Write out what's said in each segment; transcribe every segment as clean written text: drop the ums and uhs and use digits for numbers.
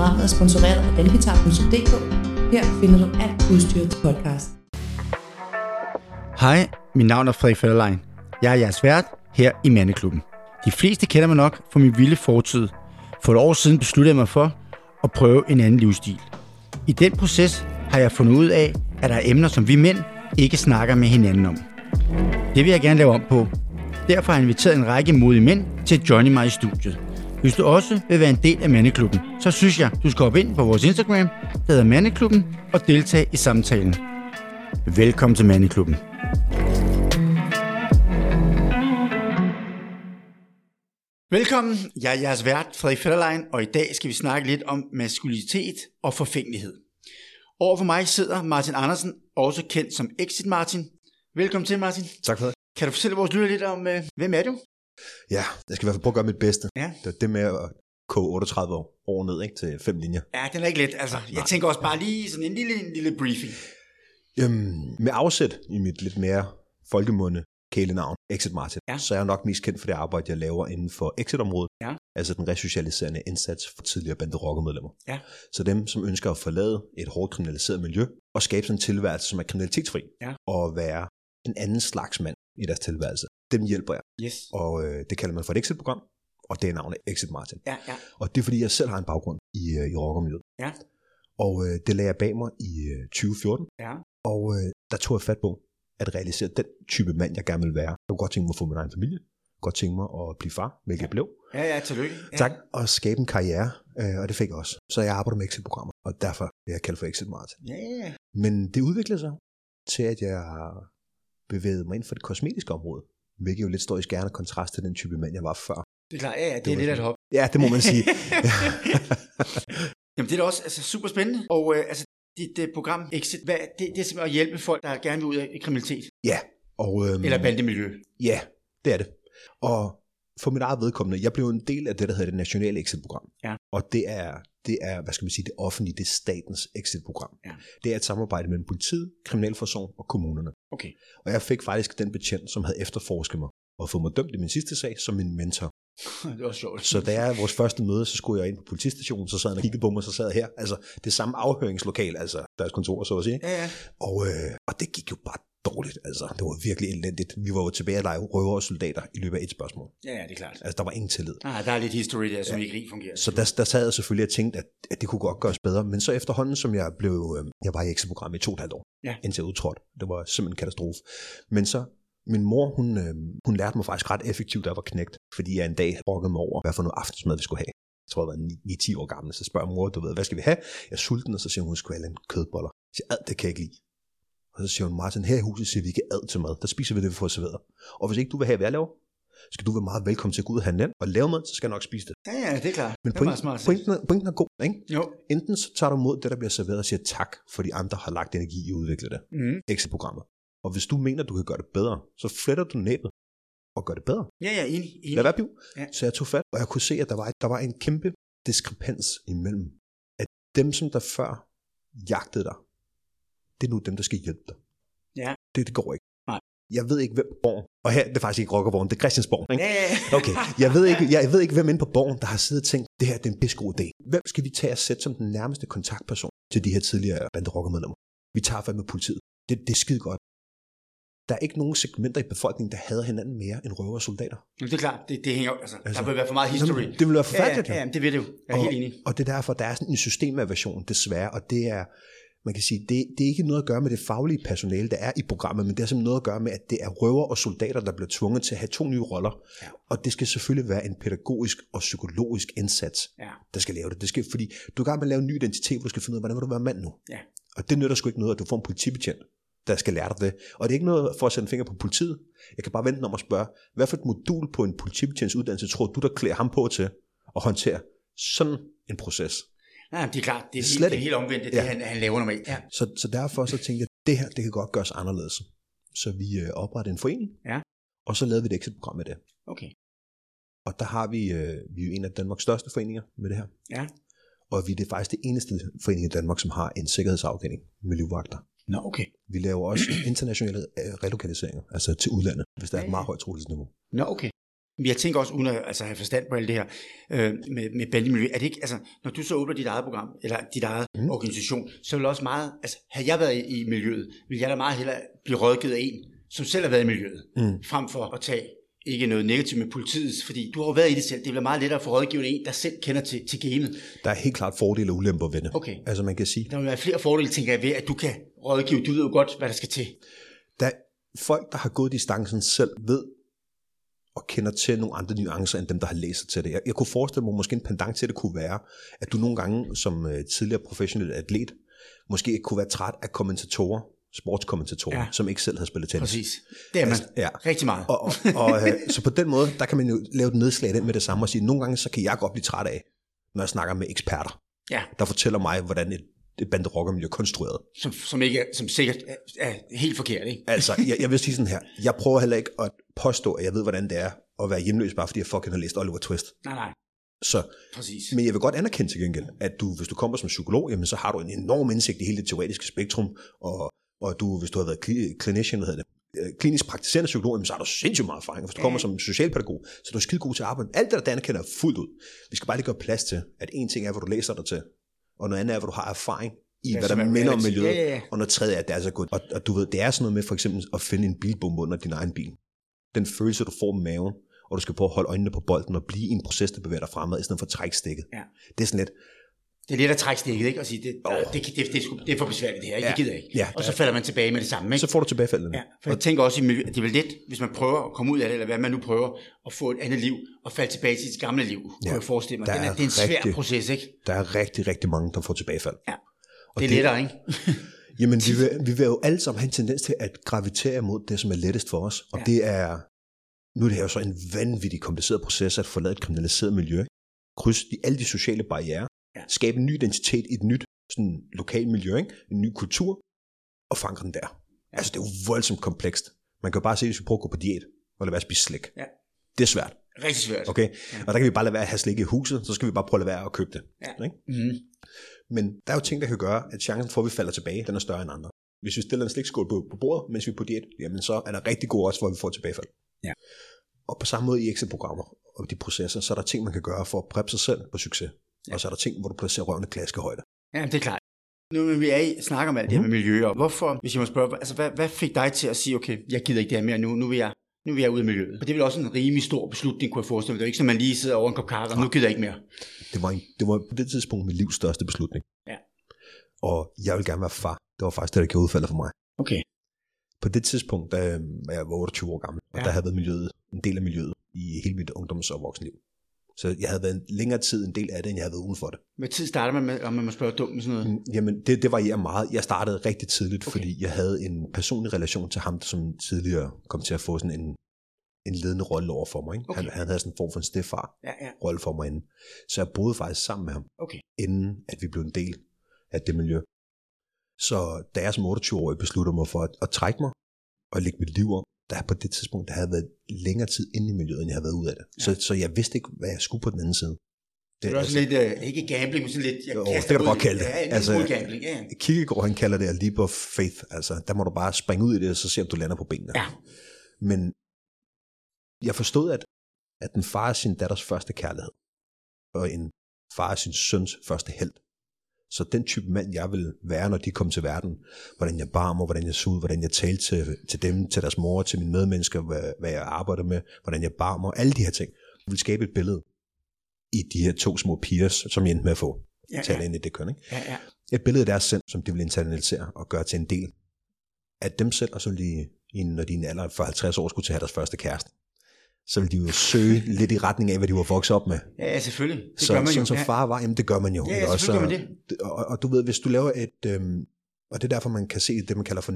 Programmet er sponsoreret af danguitar.dk. Her finder du alt udstyr til podcast. Hej, mit navn er Frederik Fetterlein. Jeg er jeres vært her i Mandeklubben. De fleste kender mig nok for min vilde fortid. For et år siden besluttede jeg mig for at prøve en anden livsstil. I den proces har jeg fundet ud af, at der er emner, som vi mænd ikke snakker med hinanden om. Det vil jeg gerne lave om på. Derfor har jeg inviteret en række modige mænd til at joine mig i studiet. Hvis du også vil være en del af Mandeklubben, så synes jeg, du skal hoppe ind på vores Instagram, der hedder Mandeklubben, og deltage i samtalen. Velkommen til Mandeklubben. Velkommen, jeg er jeres vært, Frederik Fetterlein, og i dag skal vi snakke lidt om maskulinitet og forfængelighed. Over for mig sidder Martin Andersen, også kendt som Exit Martin. Velkommen til, Martin. Tak for det. Kan du fortælle vores lytter lidt om, hvem er du? Ja, jeg skal i hvert fald prøve at gøre mit bedste. Ja. Det med at koge 38 år ned, ikke, til 5 linjer. Ja, den er ikke let. Altså, jeg tænker også bare lige sådan en lille briefing. Med afsæt i mit lidt mere folkemunde kælenavn, Exit Martin, Ja. så er jeg nok mest kendt for det arbejde, jeg laver inden for Exit-området. Ja. Altså den resocialiserende indsats for tidligere bande-rockemedlemmer. Ja. Så dem, som ønsker at forlade et hårdt kriminaliseret miljø og skabe sådan en tilværelse, som er kriminalitetsfri, Ja. og være en anden slags mand i deres tilværelse. Dem hjælper jeg. Yes. Og det kalder man for et Exit-program, og det er navnet Exit Martin. Ja. Og det er fordi, jeg selv har en baggrund i rockermiljøet. Ja. Og det lagde jeg bag mig i 2014. Ja. Og der tog jeg fat på at realisere den type mand, jeg gerne vil være. Jeg kunne godt tænke mig at få min egen familie. Jeg kunne godt tænke mig at blive far, hvilket jeg blev. Ja, tillykke. Ja. Tak. Og skabe en karriere, og det fik jeg også. Så jeg arbejder med Exit-programmer, og derfor er jeg kaldt for Exit Martin. Ja. Men det udviklede sig til, at jeg bevægede mig ind for det kosmetiske område, hvilket jo lidt står i skærende kontrast til den type mand, jeg var før. Det er klart, ja, det er lidt af et hop. Ja, det må man sige. Jamen det er da også super spændende. Og dit program Exit, det er simpelthen at hjælpe folk, der gerne vil ud af kriminalitet. Ja. Og, Eller bandemiljø. Ja, det er det. Og for mit eget vedkommende, jeg blev en del af det, der hedder det nationale Exit-program. Ja. Og det er, hvad skal man sige, det offentlige, det er statens Exit-program. Ja. Det er et samarbejde mellem politiet, kriminalforsorgen og kommunerne. Okay. Og jeg fik faktisk den betjent, som havde efterforsket mig og fået mig dømt i min sidste sag som min mentor. Det var sjovt. Så da jeg vores første møde, så skulle jeg ind på politistationen, så sad han og kiggede på mig, så sad jeg her. Altså det samme afhøringslokal, altså deres kontor, så at sige. Ja. Og det gik jo bare dårligt, altså. Det var virkelig elendigt. Vi var jo tilbage at lege røver og soldater i løbet af et spørgsmål. Ja, det er klart. Altså der var ingen tillid. Der er lidt history der, som ikke rigtig fungerer. Så der sad jeg selvfølgelig og tænkte, at det kunne godt gøres bedre. Men så efterhånden, som jeg var i Exit-programmet i 2,5 år, indtil jeg udtrådte. Det var simpelthen en katastrofe. Men så min mor, hun lærte mig faktisk ret effektivt, da jeg var knægt, fordi jeg en dag brokkede mig over, hvad for noget aftensmad vi skulle have. Jeg tror, jeg var 9-10 år gammel, så spørger mor, du ved, hvad skal vi have? Jeg er sulten, og så siger hun skulle have en kødboller. Jeg siger, det kan jeg ikke lide. Og så siger hun, Martin, her i huset siger vi ikke ad til mad. Der spiser vi det, vi får serveret. Og hvis ikke du vil have, hvad jeg laver, skal du være meget velkommen til at gå ud og handle ind og lave mad, så skal jeg nok spise det. Ja, det er klart. Men pointen er god, ikke? Jo. Enten så tager du imod det, der bliver serveret, og siger tak, fordi andre har lagt energi i at udvikle det. Exit-programmet. Og hvis du mener, du kan gøre det bedre, så fletter du næbet og gør det bedre. Ja, enig. Lad være, Piv. Ja. Så jeg tog fat, og jeg kunne se, at der var en kæmpe diskrepans imellem, at dem, som der før jagtede dig, det er nu dem, der skal hjælpe dig. Ja. Det går ikke. Nej. Jeg ved ikke, hvem på Borgen, og her det er faktisk ikke Rockerborgen, det er Christiansborg, ikke? Ja. Okay, jeg ved ikke, hvem inde på Borgen, der har siddet og tænkt, det her det er en pissegod idé. Hvem skal vi tage og sætte som den nærmeste kontaktperson til de her tidligere bande-rockermedlemmer? Vi tager fat med politiet. Det er skide godt. Der er ikke nogen segmenter i befolkningen, der hader hinanden mere end røver og soldater. Det er klart, det hænger altså, der vil være for meget history. Det vil være forfærdeligt. Ja, det vil det jo. Jeg er helt enig. Og det er derfor, der er sådan en systemaversion, desværre, og det er, man kan sige, det er ikke noget at gøre med det faglige personale, der er i programmet, men det er simpelthen noget at gøre med, at det er røver og soldater, der bliver tvunget til at have 2 nye roller. Ja. Og det skal selvfølgelig være en pædagogisk og psykologisk indsats, der skal lave det. Det skal, fordi du er i gang med at lave en ny identitet, hvor du skal finde ud af, hvordan vil du være mand nu? Ja. Og det nytter sgu ikke noget, at du får en politibetjent, der skal lære dig det. Og det er ikke noget for at sætte en finger på politiet. Jeg kan bare vente om at spørge, hvad for et modul på en politibetjents uddannelse tror du, der klæder ham på til at håndtere sådan en proces? Nej, det er klart. Det er helt omvendt, det han laver normalt. Ja. Så derfor så tænkte jeg, at det her, det kan godt gøres anderledes. Så vi oprettede en forening, og så lavede vi et exit-program med det. Okay. Og der har vi er jo en af Danmarks største foreninger med det her. Ja. Og vi er det faktisk det eneste forening i Danmark, som har en sikkerhedsafdeling med livvagter. Nå, okay. Vi laver også internationale relokaliseringer, altså til udlandet, hvis der er et meget højt trusselsniveau. Nå, okay. Men jeg tænker også, uden at have forstand på alt det her med bandemiljø, er det ikke, altså, når du så åbner dit eget program, eller dit eget organisation, så vil også meget, altså, havde jeg været i miljøet, ville jeg da meget hellere blive rådgivet af en, som selv har været i miljøet, frem for at tage ikke noget negativt med politiets, fordi du har jo været i det selv. Det bliver meget lettere at få rådgivet en, der selv kender til gamet. Der er helt klart fordele og ulemper ved det. Okay. Altså man kan sige. Der vil være flere fordele, tænker jeg, ved at du kan rådgive. Du ved jo godt, hvad der skal til. Der folk, der har gået distancen selv, ved og kender til nogle andre nuancer, end dem, der har læst til det. Jeg kunne forestille mig, måske en pendant til det kunne være, at du nogle gange som tidligere professionel atlet, måske ikke kunne være træt af kommentatorer, sportskommentatorer, som ikke selv har spillet tennis. Præcis. Det er man. Rigtig meget. Så på den måde, der kan man jo lave et nedslag den med det samme og sige, nogle gange så kan jeg godt blive træt af, når jeg snakker med eksperter, der fortæller mig, hvordan et banderockermiljø er konstrueret. Som sikkert er helt forkert, ikke? Altså, jeg vil sige sådan her, jeg prøver heller ikke at påstå, at jeg ved, hvordan det er at være hjemløs, bare fordi jeg fucking har læst Oliver Twist. Nej. Så, præcis. Men jeg vil godt anerkende til gengæld, at hvis du kommer som psykolog, jamen, så har du en enorm indsigt i hele det teoretiske spektrum, og hvis du har været klinisk praktiserende psykolog, jamen, så har du sindssygt meget erfaring. Hvis du kommer som socialpædagog, så er du skide god til at arbejde. Alt det der anerkender jeg fuldt ud. Vi skal bare lige gøre plads til, at en ting er, hvor du læser dig til, og noget andet er, hvor du har erfaring i, hvad der minder om miljøet, og noget tredje er, at det er så godt. Og du ved, det er sådan noget med for eksempel at finde en bilbombe under din egen bil. Den følelse, du får med maven, og du skal prøve at holde øjnene på bolden og blive i en proces, der bevæger dig fremad, i stedet for at trække stikket. Ja. Det er sådan lidt. Det er lidt at trække stikket, ikke? Og sige, det er for besværligt det her, ikke? Det gider jeg ikke. Ja, og så falder man tilbage med det samme, ikke? Så får du tilbagefaldet. Ja, for jeg tænker også, at det er vel lidt, hvis man prøver at komme ud af det, eller hvad man nu prøver, at få et andet liv, og falde tilbage til sit gamle liv, kunne jeg forestille mig. Det er en svær proces, ikke? Der er rigtig, rigtig mange, der får tilbagefald. Ja, det er lettere, ikke? Jamen, vi vil jo alle sammen have en tendens til at gravitere mod det, som er lettest for os. Og det er, nu er det jo så en vanvittig kompliceret proces at forlade et kriminaliseret miljø. Krydse alle de sociale barrierer. Skabe en ny identitet i et nyt sådan, lokalt miljø, ikke? En ny kultur, og forankre den der. Altså, det er jo voldsomt komplekst. Man kan jo bare se, hvis vi prøver at gå på diæt, og lade være at spise slik. Ja. Det er svært. Rigtig svært. Okay? Ja. Og der kan vi bare lade være at have slik i huset, så skal vi bare prøve at lade være at købe det. Ja. Ikke? Mm-hmm. Men der er jo ting, der kan gøre, at chancen for, at vi falder tilbage, den er større end andre. Hvis vi stiller en slikskål på bordet, mens vi er på diæt, jamen så er der rigtig god odds for, at vi får tilbagefald. Ja. Og på samme måde i exit-programmer og de processer, så er der ting, man kan gøre for at preppe sig selv på succes. Ja. Og så er der ting, hvor du placerer røven i klaskehøjde. Ja, det er klart. Nu vi snakker om alt det her med miljøer. Hvorfor, hvis jeg må spørge, altså hvad fik dig til at sige, okay, jeg gider ikke det her mere, nu vil jeg ude af miljøet? For det er vel også en rimelig stor beslutning, kunne jeg forestille mig. Det er ikke sådan, man lige sidder over en kop kaffe, og nu gider jeg ikke mere. Det var på det tidspunkt mit livs største beslutning. Ja. Og jeg vil gerne være far. Det var faktisk det, der gjorde udfaldet for mig. Okay. På det tidspunkt, da jeg var 28 år gammel, og der havde været en del af miljøet i hele mit ungdoms- og voksenliv. Så jeg havde været en længere tid en del af det, end jeg havde været uden for det. Hvad tid starter man med, om man må spørge dumt med sådan noget? Jamen, det varierer meget. Jeg startede rigtig tidligt, fordi jeg havde en personlig relation til ham, som tidligere kom til at få sådan en ledende rolle over for mig. Ikke? Okay. Han havde sådan en form for en stedfar-rolle for mig inden. Så jeg boede faktisk sammen med ham, inden at vi blev en del af det miljø. Så da jeg som 28-årig besluttede mig for at trække mig og lægge mit liv om, der på det tidspunkt, der havde været længere tid inde i miljøet, end jeg havde været ud af det. Ja. Så jeg vidste ikke, hvad jeg skulle på den anden side. Det er også lidt, ikke gambling, men sådan lidt, det kan du godt kalde det. Ja, altså, gambling, ja. Kierkegaard, han kalder det a leap of faith. Altså, der må du bare springe ud i det, og så se, om du lander på benene. Ja. Men jeg forstod, at en far er sin datters første kærlighed, og en far er sin søns første held. Så den type mand, jeg vil være, når de kom til verden, hvordan jeg bar mig, hvordan jeg så ud, hvordan jeg talte til dem, til deres mor, til mine medmennesker, hvad jeg arbejder med, hvordan jeg bar mig, alle de her ting. Jeg vil skabe et billede i de her 2 små piger, som jeg endte med at få tale ind i det køn. Ikke? Ja. Et billede af deres sind, som de vil internalisere og gøre til en del af dem selv, og så lige, når de er en alder for 50 år skulle til at have deres første kæreste. Så vil de jo søge lidt i retning af, hvad de var vokset op med. Ja, selvfølgelig. Det gør man jo. Så far var, jamen det gør man jo. Ja, selvfølgelig gør man det. Og du ved, hvis du laver og det er derfor, man kan se det, man kalder for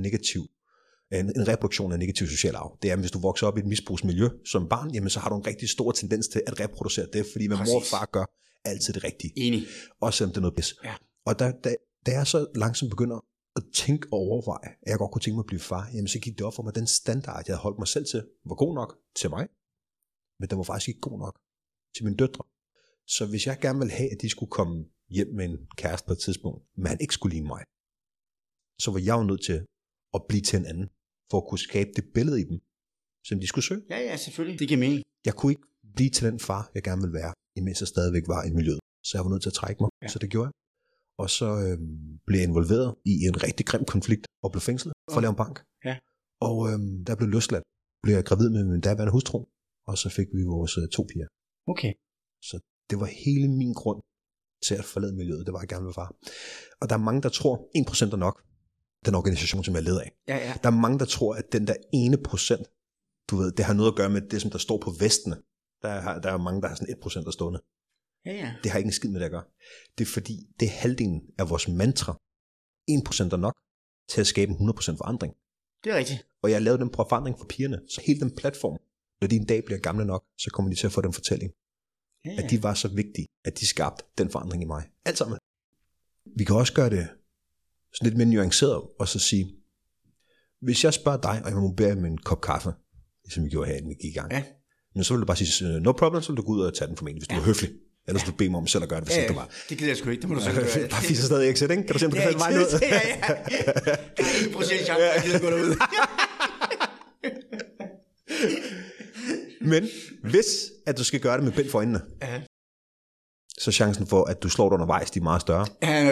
en reproduktion af negativ social arv. Det er, hvis du vokser op i et misbrugsmiljø som barn, jamen så har du en rigtig stor tendens til at reproducere det, fordi mor og far gør altid det rigtige. Enig. Også selvom det er noget pis. Ja. Og da jeg så langsomt begynder at tænke og overveje, at jeg godt kunne tænke mig at blive far, jamen så gik det op for mig, den standard, jeg havde holdt mig selv til, var god nok til mig, men den var faktisk ikke god nok til mine døtre. Så hvis jeg gerne ville have, at de skulle komme hjem med en kæreste på et tidspunkt, men han ikke skulle lide mig, så var jeg jo nødt til at blive til en anden, for at kunne skabe det billede i dem, som de skulle søge. Ja, selvfølgelig. Det giver mening. Jeg kunne ikke blive til den far, jeg gerne ville være, imens jeg stadigvæk var i miljøet. Så jeg var nødt til at trække mig, så det gjorde jeg. Og så blev jeg involveret i en rigtig grim konflikt og blev fængslet for at lave en bank. Ja. Og der blev løsladt. Blev jeg gravid med min daværende hustru, og så fik vi vores 2 piger. Okay. Så det var hele min grund til at forlade miljøet. Det var jeg gerne ville far. Og der er mange, der tror, 1% er nok. Den organisation, som jeg leder af. Ja. Der er mange, der tror, at den der 1%, du ved, det har noget at gøre med det, som der står på vestene. Der er mange, der har sådan 1% der stående. Ja. Det har ikke en skid med det at gøre. Det er fordi, det er halvdelen af vores mantra. 1% er nok til at skabe 100% forandring. Det er rigtigt. Og jeg lavede den forandring for pigerne. Så hele den platform, når de en dag bliver gamle nok, så kommer de til at få den fortælling. Ja. At de var så vigtige, at de skabte den forandring i mig. Alt sammen. Vi kan også gøre det sådan lidt mere nuanceret, og så sige, hvis jeg spørger dig, og jeg må bede om en kop kaffe, ligesom vi gjorde her, inden vi gik i gang, men så vil du bare sige, no problem, så vil du gå ud og tage den formentlig, hvis du er høflig. Ellers vil du bede mig om selv at gøre det, hvis du var. Det gider jeg sgu ikke, det må du selv gøre. Bare fiser stadig exit, ikke? Kan du se, om du kan finde mig noget? Ja. Der er 1% chance, at jeg gider gå derud. Men hvis at du skal gøre det med bind for øjnene, så chancen for, at du slår dig undervejs, de er meget større.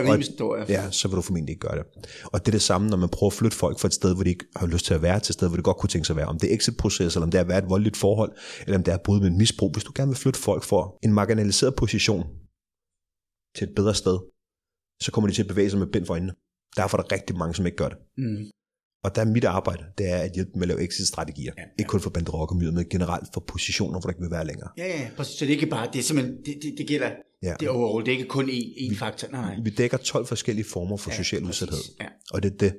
Ja, så vil du formentlig ikke gøre det. Og det er det samme, når man prøver at flytte folk fra et sted, hvor de ikke har lyst til at være, til et sted, hvor de godt kunne tænke sig at være. Om det er exit-proces, eller om det er at være et voldeligt forhold, eller om det er at bryde med en misbrug. Hvis du gerne vil flytte folk fra en marginaliseret position til et bedre sted, så kommer de til at bevæge sig med bind for øjnene. Derfor er der rigtig mange, som ikke gør det. Og der er mit arbejde, det er at hjælpe dem med at lave exit-strategier. Ikke kun for banderockermiljøet, men generelt for positioner, hvor der ikke vil være længere. Ja, så det er ikke bare, det er simpelthen, det gælder, det overall, det er ikke kun én faktor. Nej. Vi dækker 12 forskellige former for social udsathed. Og det er det.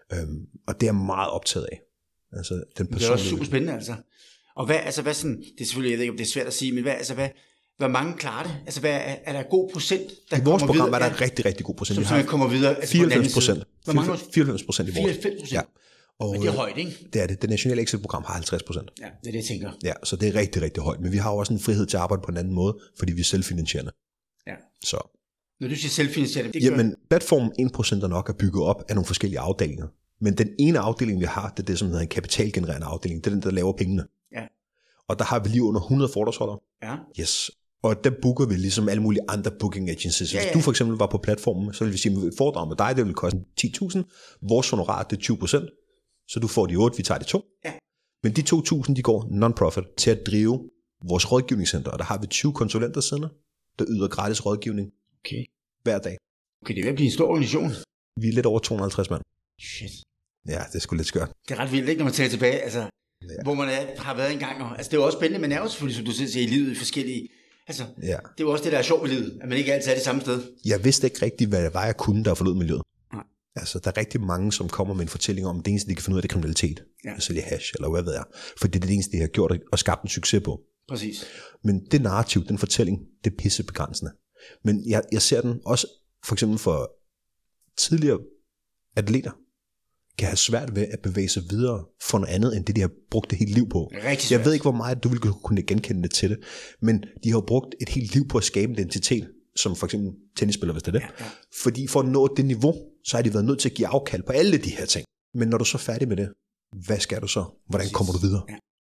Og det er jeg meget optaget af. Altså, den det er også super spændende, altså. Og hvad sådan, det er selvfølgelig, jeg ved ikke, om det er svært at sige, men hvad mange klarer det? Altså, er der god procent, der kommer videre? I vores program er der en rigtig, rigtig god procent. Som kommer videre. 94%. Hvor mange? 94% i vores. 94%? Ja. Og men det er højt, ikke? Det er det. Det nationale exit-program har 50%. Ja, det er det, jeg tænker. Ja, så det er rigtig, rigtig højt. Men vi har jo også en frihed til at arbejde på en anden måde, fordi vi er selvfinansierende. Ja. Så. Når du siger selvfinansierende, det jamen, platformen 1% er nok at bygge op af nogle forskellige afdelinger. Men den ene afdeling, vi har, det er det, som hedder en kapitalgenererende afdeling. Det er den, der laver pengene. Ja. Og der har vi lige under 100 foredragsholdere. Ja. Yes. Og der booker vi ligesom alle mulige andre booking agencies. Hvis du for eksempel var på platformen, så vil vi sige, at foredrag med dig, det vil koste 10.000. Vores honorar, det er 20%. Så du får de 8, vi tager de 2. Ja. Men de 2.000, de går non-profit til at drive vores rådgivningscenter. Og der har vi 20 konsulenter siddende, der yder gratis rådgivning hver dag. Okay, det vil blive en stor organisation. Vi er lidt over 250 mand. Shit. Ja, det er sgu lidt skørt. Det er ret vildt, ikke, når man tager tilbage, altså, hvor man har været engang. Altså, det er jo også spændende, men er jo selvfølgelig, som du siger, i livet i forskellige. Altså, det er jo også det, der er sjovt ved livet, at man ikke altid er det samme sted. Jeg vidste ikke rigtigt, hvad det var, jeg kunne, der forlod miljøet. Nej. Altså, der er rigtig mange, som kommer med en fortælling om, at det eneste, de kan finde ud af, det er kriminalitet. At sælge hash, eller hvad ved jeg. For det er det eneste, de har gjort og skabt en succes på. Præcis. Men det narrativ, den fortælling, det er pissebegrænsende. Men jeg ser den også, for eksempel for tidligere atleter, kan have svært ved at bevæge sig videre for noget andet, end det de har brugt det hele liv på. Jeg ved ikke, hvor meget du ville kunne genkende det til det, men de har brugt et helt liv på at skabe en identitet, som for eksempel tennisspiller, hvis det er det. Ja. Fordi for at nå det niveau, så har de været nødt til at give afkald på alle de her ting. Men når du så er færdig med det, hvad skal du så? Hvordan kommer du videre? Ja.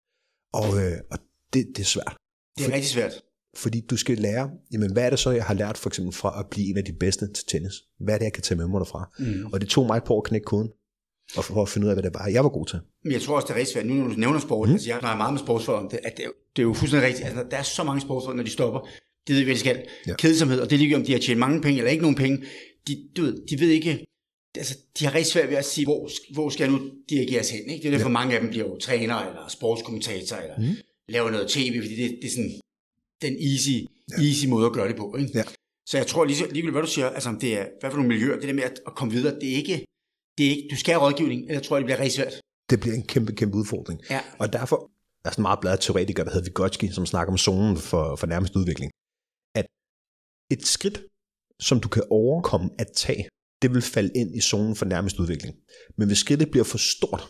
Og det er svært. Det er rigtig svært. Fordi du skal lære, jamen hvad er det så, jeg har lært for eksempel fra at blive en af de bedste til tennis? Hvad er det, jeg kan tage med mig derfra? Og det tog mig et par år at knække koden. Og for at finde ud af, hvad det var, jeg var god til. Men jeg tror også, det er rigtig svært. Nu når du nævner sport, altså jeg har meget med sportsfolk om det, at det er jo fuldstændig rigtigt. Altså, der er så mange sportsfolk, når de stopper. Det ved vi, hvad de skal. Ja. Kedsomhed, og det er lige om de har tjent mange penge, eller ikke nogen penge. De ved ikke, altså de har rigtig svært ved at sige, hvor skal jeg nu dirigeres hen. Ikke? Det er derfor mange af dem bliver jo træner, eller sportskommentator, eller laver noget tv, fordi det er sådan den easy måde at gøre det på. Ikke? Ja. Så jeg tror lige hvad du siger, altså det er, hvad for nogle miljøer, det der med at komme videre, det er ikke, du skal have rådgivning, eller tror jeg, det bliver rigtig svært. Det bliver en kæmpe udfordring. Ja. Og derfor er sådan en meget bladet teoretiker, der hedder Vygotsky, som snakker om zonen for nærmest udvikling. At et skridt, som du kan overkomme at tage, det vil falde ind i zonen for nærmest udvikling. Men hvis skridtet bliver for stort,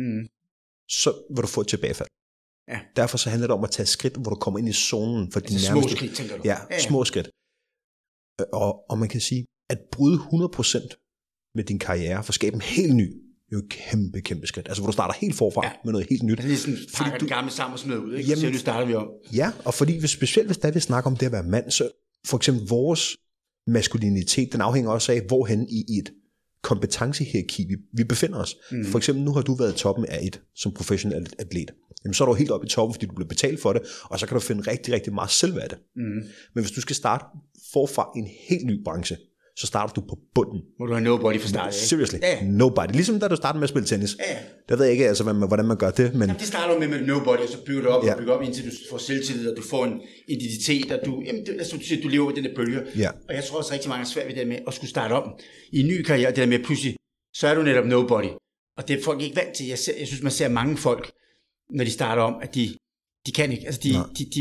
så vil du få et tilbagefald. Ja. Derfor så handler det om at tage skridt, hvor du kommer ind i zonen for de nærmeste. Små skridt, tænker du? Ja, små skridt. Og man kan sige, at bryde 100% med din karriere, for at skabe en helt ny Det er jo et kæmpe skridt. Altså, hvor du starter helt forfra med noget helt nyt. Altså, det er sådan, pakker det gamle sammen og smider ud, ikke? Jamen, så nu starter vi om. Ja, og fordi specielt hvis der vi snakker om det at være mand, så for eksempel vores maskulinitet, den afhænger også af, hvorhen i et kompetencehierarki vi befinder os. For eksempel nu har du været i toppen af et som professionel atlet. Jamen, så er du helt oppe i toppen, fordi du bliver betalt for det, og så kan du finde rigtig, rigtig meget selvværde. Men hvis du skal starte forfra en helt ny branche, så starter du på bunden. Må du have nobody fra start, ikke? Seriously, nobody. Ligesom da du starter med at spille tennis. Der ved jeg ikke, altså, hvordan man gør det. Men jamen, det starter du med nobody, og så bygger du op og bygger op, indtil du får selvtillid, og du får en identitet, og du lever i den der bølge. Og jeg tror også rigtig mange er svært ved det med at skulle starte om i en ny karriere, det der med pludselig, så er du netop nobody. Og det er folk ikke vant til. Jeg synes, man ser mange folk, når de starter om, at de kan ikke. Altså,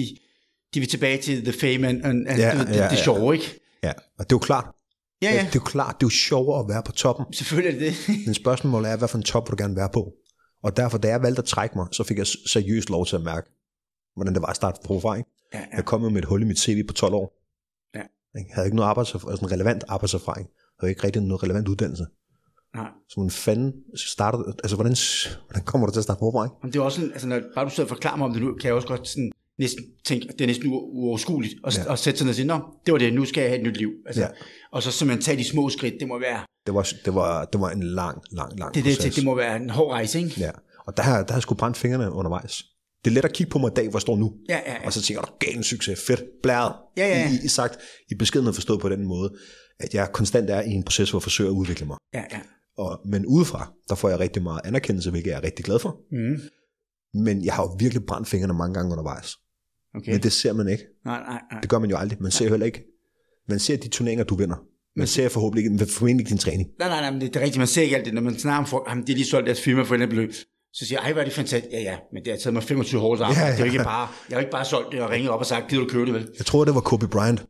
de vil tilbage til the fame and det sjove, ikke? Ja, og det er jo klart. Ja. Det er jo klart, det er jo sjovere at være på toppen. Selvfølgelig er det. Men spørgsmålet er, hvad for en top vil du gerne være på? Og derfor, da jeg valgte at trække mig, så fik jeg seriøst lov til at mærke, hvordan det var at starte på ikke? Jeg kom jo med et hul i mit CV på 12 år. Jeg havde ikke noget en relevant arbejdserfaring. Jeg havde ikke rigtig noget relevant uddannelse. Nej. Så man fanden startede, altså hvordan kommer du til at starte på, ikke? Det er også sådan, altså når bare du sidder og forklarer mig om det nu, kan jeg også godt sådan næsten tænke, at det er næsten uoverskueligt at sætte sig ned og sige, nå, det var det, nu skal jeg have et nyt liv. Altså, og så simpelthen tage de små skridt, det må være... Det var en lang proces. Det må være en hård rejse, ikke? Ja, og der har jeg sgu brændt fingrene undervejs. Det er let at kigge på mig i dag, hvor jeg står nu. Og så tænker jeg, gal succes, fedt, blæret. I sagt, i beskedenhed forstået på den måde, at jeg konstant er i en proces, hvor jeg forsøger at udvikle mig. Men udefra, der får jeg rigtig meget anerkendelse, hvilket jeg er rigtig glad for. Men jeg har jo virkelig brændt fingrene mange gange undervejs. Men det ser man ikke. Nej. Det gør man jo aldrig. Man ser heller ikke. Man ser de turneringer, du vinder. Man ser formentlig ikke din træning. Nej, men det er rigtigt. Man ser ikke alt det. Når man snakker om folk, de har lige solgt deres firma for en beløb. Så siger jeg, hvor er det fantastisk. Ja, men det har taget mig 25 hårdt arbejde. Det er jo ikke bare, jeg har ikke bare solgt det og ringet op og sagt, gider du købe det vel? Jeg tror, det var Kobe Bryant,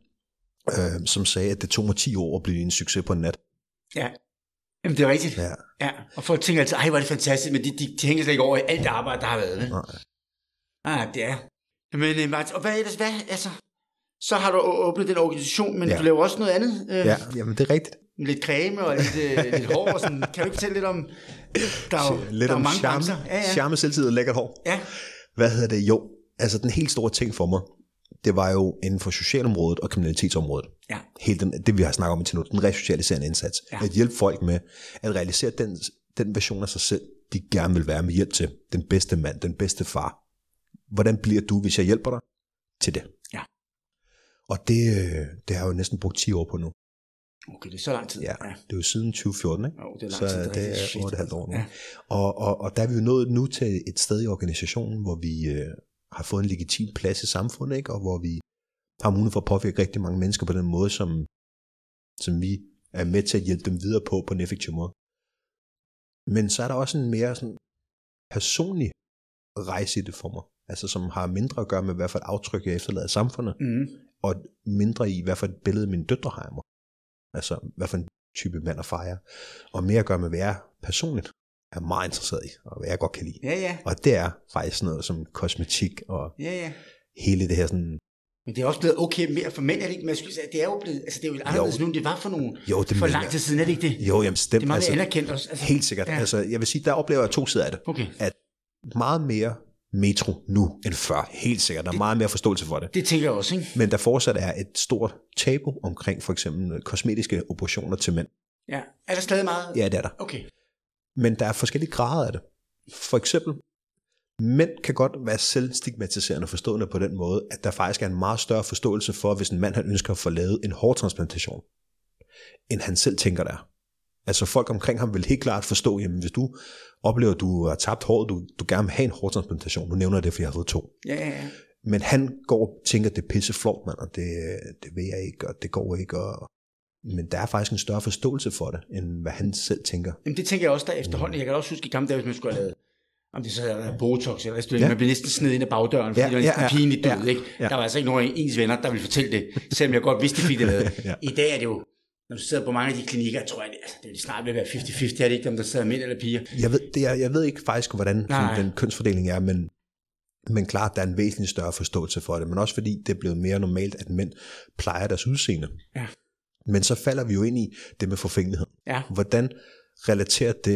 som sagde, at det tog mig 10 år at blive en succes på en nat. Ja. Jamen, det er rigtigt. Ja. Og folk tænker altid, hvor er det fantastisk, men de hænger slet ikke over i alt det arbejde, der har været. Det er. Men Martin, og hvad altså, så har du åbnet den organisation, men du laver også noget andet. Jamen det er rigtigt. Lidt creme og lidt hår og sådan. Kan du ikke fortælle lidt om, der er mange brancher? Charme, selvtid og lækkert hår. Ja. Hvad hedder det? Jo, altså den helt store ting for mig, det var jo inden for socialområdet og kriminalitetsområdet. Helt det vi har snakket om til nu, den resocialiserende indsats. At hjælpe folk med at realisere den version af sig selv, de gerne vil være med hjælp til. Den bedste mand, den bedste far. Hvordan bliver du, hvis jeg hjælper dig til det? Ja. Og det har jeg jo næsten brugt 10 år på nu. Okay, det er så lang tid. Ja, det er jo siden 2014, ikke? Jo, det er lang tid. Så det er 8,5 år nu. Ja. Og der er vi jo nået nu til et sted i organisationen, hvor vi har fået en legitim plads i samfundet, ikke? Og hvor vi har mulighed for at påvirke rigtig mange mennesker på den måde, som vi er med til at hjælpe dem videre på en effektiv måde. Men så er der også en mere sådan personlig rejse i det for mig, altså som har mindre at gøre med, hvad for et aftryk jeg efterlader i samfundet, og mindre i, hvad for et billede mine døtre har af mig. Altså, hvad for en type mand og far jeg er. Og mere at gøre med, hvad jeg personligt er meget interesseret i, og hvad jeg godt kan lide. Og det er faktisk noget som kosmetik, og hele det her sådan... Men det er også blevet okay mere for mænd, er det ikke? Det er jo blevet, altså det er jo anderledes nu, end det var for nogen for lang tid siden, er det ikke det? Jo, jamen stemt. Det er meget anerkendt også. Altså, helt sikkert. Altså, jeg vil sige, der oplever jeg 2 sider af det. Okay. At meget mere metro nu end før. Helt sikkert. Der er meget mere forståelse for det. Det tænker jeg også, ikke? Men der fortsat er et stort tabu omkring for eksempel kosmetiske operationer til mænd. Ja. Er der stadig meget? Ja, det er der. Okay. Men der er forskellige grader af det. For eksempel, mænd kan godt være selvstigmatiserende forstående på den måde, at der faktisk er en meget større forståelse for, hvis en mand han ønsker at få lavet en hårtransplantation, end han selv tænker der. Altså folk omkring ham vil helt klart forstå, jamen hvis du oplever, at du har tabt håret, du gerne vil have en hårtransplantation, nu nævner jeg det, for jeg har fået 2. Ja. Men han går og tænker, at det er pisse flot, mand, og det vil jeg ikke, og det går ikke, men der er faktisk en større forståelse for det, end hvad han selv tænker. Jamen det tænker jeg også der efterhånden. Jeg kan også huske i gamle dage, hvis man skulle have lavet, om det så havde Botox eller sådan, man blev næsten sned ind ad bagdøren, fordi det var pinligt død, ikke? Der var altså ikke nogen af ens venner, der ville fortælle det, selvom jeg godt vidste, de fik det lavet. I dag er det jo, når du sidder på mange af de klinikker, tror jeg, det er snart ved at være 50-50, er det ikke, om der sidder mænd eller piger? Jeg ved ikke faktisk, hvordan den kønsfordeling er, men klart, der er en væsentlig større forståelse for det, men også fordi det er blevet mere normalt, at mænd plejer deres udseende. Men så falder vi jo ind i det med forfængelighed. Hvordan relaterer det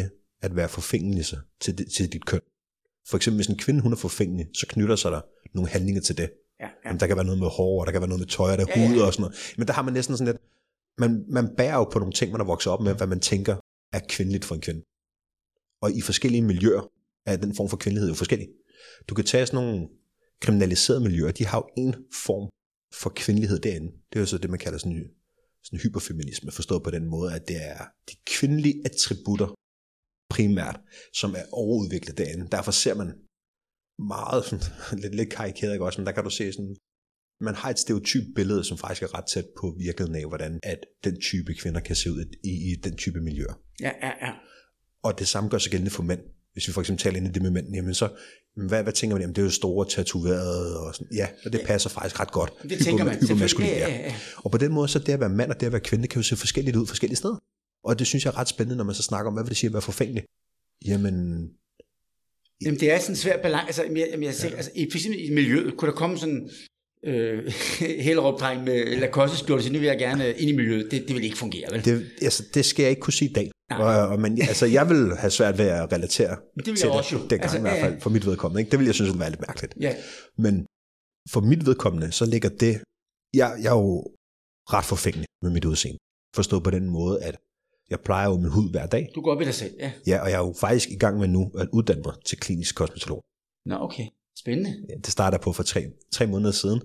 at være forfængelig til dit køn. For eksempel, hvis en kvinde hun er forfængelig, så knytter sig der nogle handlinger til det. Ja. Jamen, der kan være noget med hår, og der kan være noget med tøj, og der hud og sådan noget. Men der har man næsten sådan lidt, man bærer jo på nogle ting, man har vokset op med, hvad man tænker er kvindeligt for en kvinde. Og i forskellige miljøer er den form for kvindelighed jo forskellig. Du kan tage sådan nogle kriminaliserede miljøer, de har jo en form for kvindelighed derinde. Det er jo så det, man kalder sådan hyperfeminisme, forstået på den måde, at det er de kvindelige attributter primært, som er overudviklet derinde. Derfor ser man meget, sådan, lidt karikeret, ikke også, men der kan du se sådan, man har et stereotyp billede, som faktisk er ret tæt på virkeligheden af, hvordan at den type kvinder kan se ud i den type miljøer. Ja. Og det samme gør sig gældende for mænd. Hvis vi for eksempel taler ind i det med mænd, jamen så, hvad tænker man? Jamen det er jo store, tatoverede og sådan. Ja, og det passer faktisk ret godt. Det tænker man. Hypermaskulin, ja. Og på den måde, så det at være mand og det at være kvinde, kan jo se forskelligt ud forskellige steder. Og det synes jeg er ret spændende, når man så snakker om, hvad vil det sige at være forfængelig? Jamen det er sådan en svær balance. Altså, for eksempel i miljøet, kunne der komme sådan Hellerup-dreng med Lacoste-skjorte, så nu vil jeg gerne ind i miljøet. Det vil ikke fungere, vel? Det skal jeg ikke kunne sige i dag. Men jeg vil have svært ved at relatere det til også det dengang, i hvert fald for mit vedkommende. Ikke? Det vil jeg synes, det være lidt mærkeligt. Ja. Men for mit vedkommende, så ligger det... Jeg er jo ret forfængelig med mit udseende. Forstået på den måde, at jeg plejer jo min hud hver dag. Du går op i dig selv, ja. Ja, og jeg er jo faktisk i gang med nu at uddanne mig til klinisk kosmetolog. Nå, okay. Spændende. Ja, det starter på for 3 måneder siden.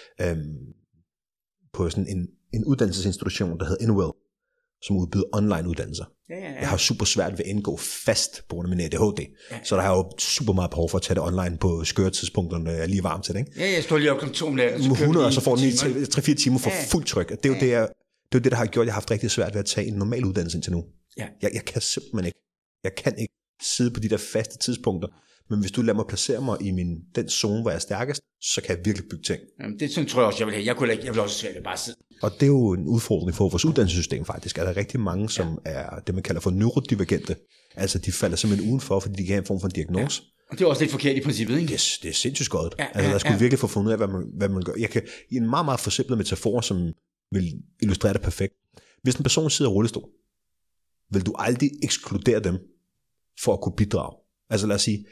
På sådan en uddannelsesinstitution, der hedder Inwell, som udbyder online uddannelser. Ja. Jeg har super svært ved at indgå fast på grund af min ADHD. Ja. Så der har jo super meget behov for at tage det online på skøre tidspunkter, når jeg er lige varm til det. Ikke? Ja, jeg står lige op kl. 2 om natten. 100, og så får den 3-4 timer for fuld tryk. Det er jo det, der har gjort, at jeg har haft rigtig svært ved at tage en normal uddannelse indtil nu. Ja. Jeg kan simpelthen ikke. Jeg kan ikke sidde på de der faste tidspunkter. Men hvis du lader mig placere mig i den zone, hvor jeg er stærkest, så kan jeg virkelig bygge ting. Jamen, det tror jeg også, jeg vil have. Jeg vil også svært ved bare sidde. Og det er jo en udfordring for vores uddannelsessystem faktisk. Er der rigtig mange, som er det, man kalder for neurodivergente. Altså, de falder simpelthen udenfor, fordi de kan have en form for en diagnose. Ja. Og det er også lidt forkert i princippet, ikke? Det er sindssygt godt. Altså, der skulle virkelig få fundet ud af, hvad man gør. Jeg kan i en meget, meget forsimplet metafor, som vil illustrere det perfekt. Hvis en person sidder i rullestol, vil du aldrig ekskludere dem for at kunne bidrage. Altså lad os sige,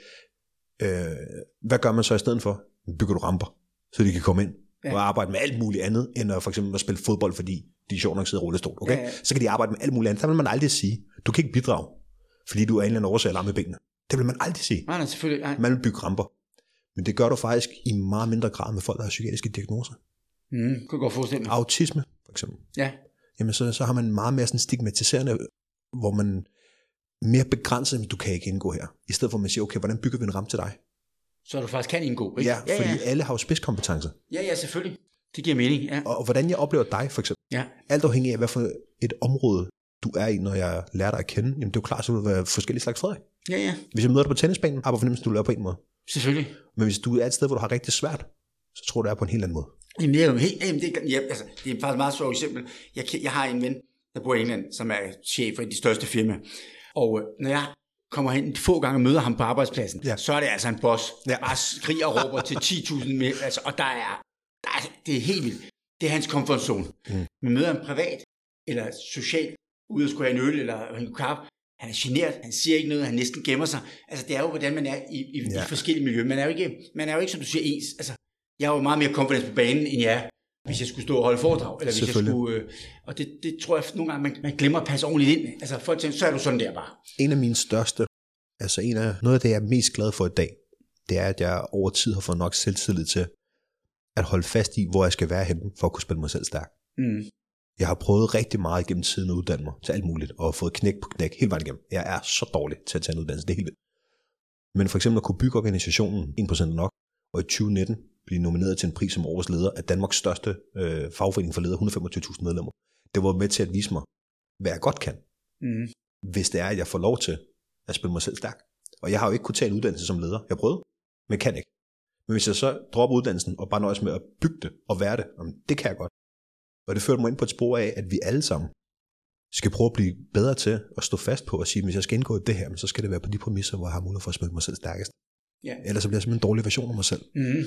hvad gør man så i stedet for? Bygger du ramper, så de kan komme ind og arbejde med alt muligt andet, end at for eksempel at spille fodbold, fordi de er sjovt nok sidder i rullestol. Okay? Ja. Så kan de arbejde med alt muligt andet. Der vil man aldrig sige, du kan ikke bidrage, fordi du er en eller anden årsag lam med benene. Det vil man aldrig sige. Nej, selvfølgelig. Nej. Man vil bygge ramper. Men det gør du faktisk i meget mindre grad med folk, der har psykiatriske diagnoser. Kan du godt forestille mig. Autisme, for eksempel. Ja. Jamen så har man meget mere sådan stigmatiserende, hvor man mere begrænset, men du kan ikke indgå her. I stedet for at man siger, okay, hvordan bygger vi en ramme til dig? Så du faktisk kan indgå, ikke? Ja, fordi alle har jo spidskompetencer. Ja, selvfølgelig. Det giver mening, ja. Og hvordan jeg oplever dig, for eksempel. Ja. Alt afhængig af, hvad for et område du er i, når jeg lærer dig at kende. Jamen det er jo klart, så vil det være forskellige slags for dig. Ja. Hvis jeg møder dig på tennisbanen, har jeg fornemmelsen, du lærer på en måde. Selvfølgelig. Men hvis du er et sted, hvor du har rigtig svært, så tror du, det er på en helt anden måde. Jamen, det er faktisk et meget sjovt eksempel. Jeg har en ven, der bor i England, som er chef for de største firmaer. Og når jeg kommer hen få gange og møder ham på arbejdspladsen, så er det altså en boss, der bare skriger og råber til 10.000 mere. Altså, og det er helt vildt. Det er hans komfortzone. Men møder ham privat eller socialt, ude at skulle have en øl eller en kaffe, han er genert, han siger ikke noget, han næsten gemmer sig. Altså, det er jo, hvordan man er i forskellige miljøer. Man er jo ikke, som du siger, ens. Altså, jeg har jo meget mere confidence på banen, end jeg, hvis jeg skulle stå og holde foredrag, eller hvis jeg skulle... og det tror jeg nogle gange, man glemmer at passe ordentligt ind. Altså, for eksempel, så er du sådan der bare. En af mine største, noget af det, jeg er mest glad for i dag, det er, at jeg over tid har fået nok selvtillid til at holde fast i, hvor jeg skal være henne, for at kunne spille mig selv stærk. Jeg har prøvet rigtig meget gennem tiden at uddanne mig til alt muligt, og fået knæk på knæk hele vejen igennem. Jeg er så dårlig til at tage en uddannelse, det er helt vildt. Men for eksempel at kunne bygge organisationen 1% nok, og i 2019 blive nomineret til en pris som årets leder af Danmarks største fagforening for ledere, 125.000 medlemmer. Det var med til at vise mig, hvad jeg godt kan, hvis det er, at jeg får lov til at spille mig selv stærk. Og jeg har jo ikke kunnet tage en uddannelse som leder. Jeg prøvede, men kan ikke. Men hvis jeg så dropper uddannelsen og bare nøjes med at bygge det og være det, det kan jeg godt. Og det førte mig ind på et spor af, at vi alle sammen skal prøve at blive bedre til at stå fast på og sige, hvis jeg skal indgå i det her, så skal det være på de præmisser, hvor jeg har mulighed for at spille mig selv stærkest. Ja. Ellers så bliver jeg simpelthen en dårlig version af mig selv.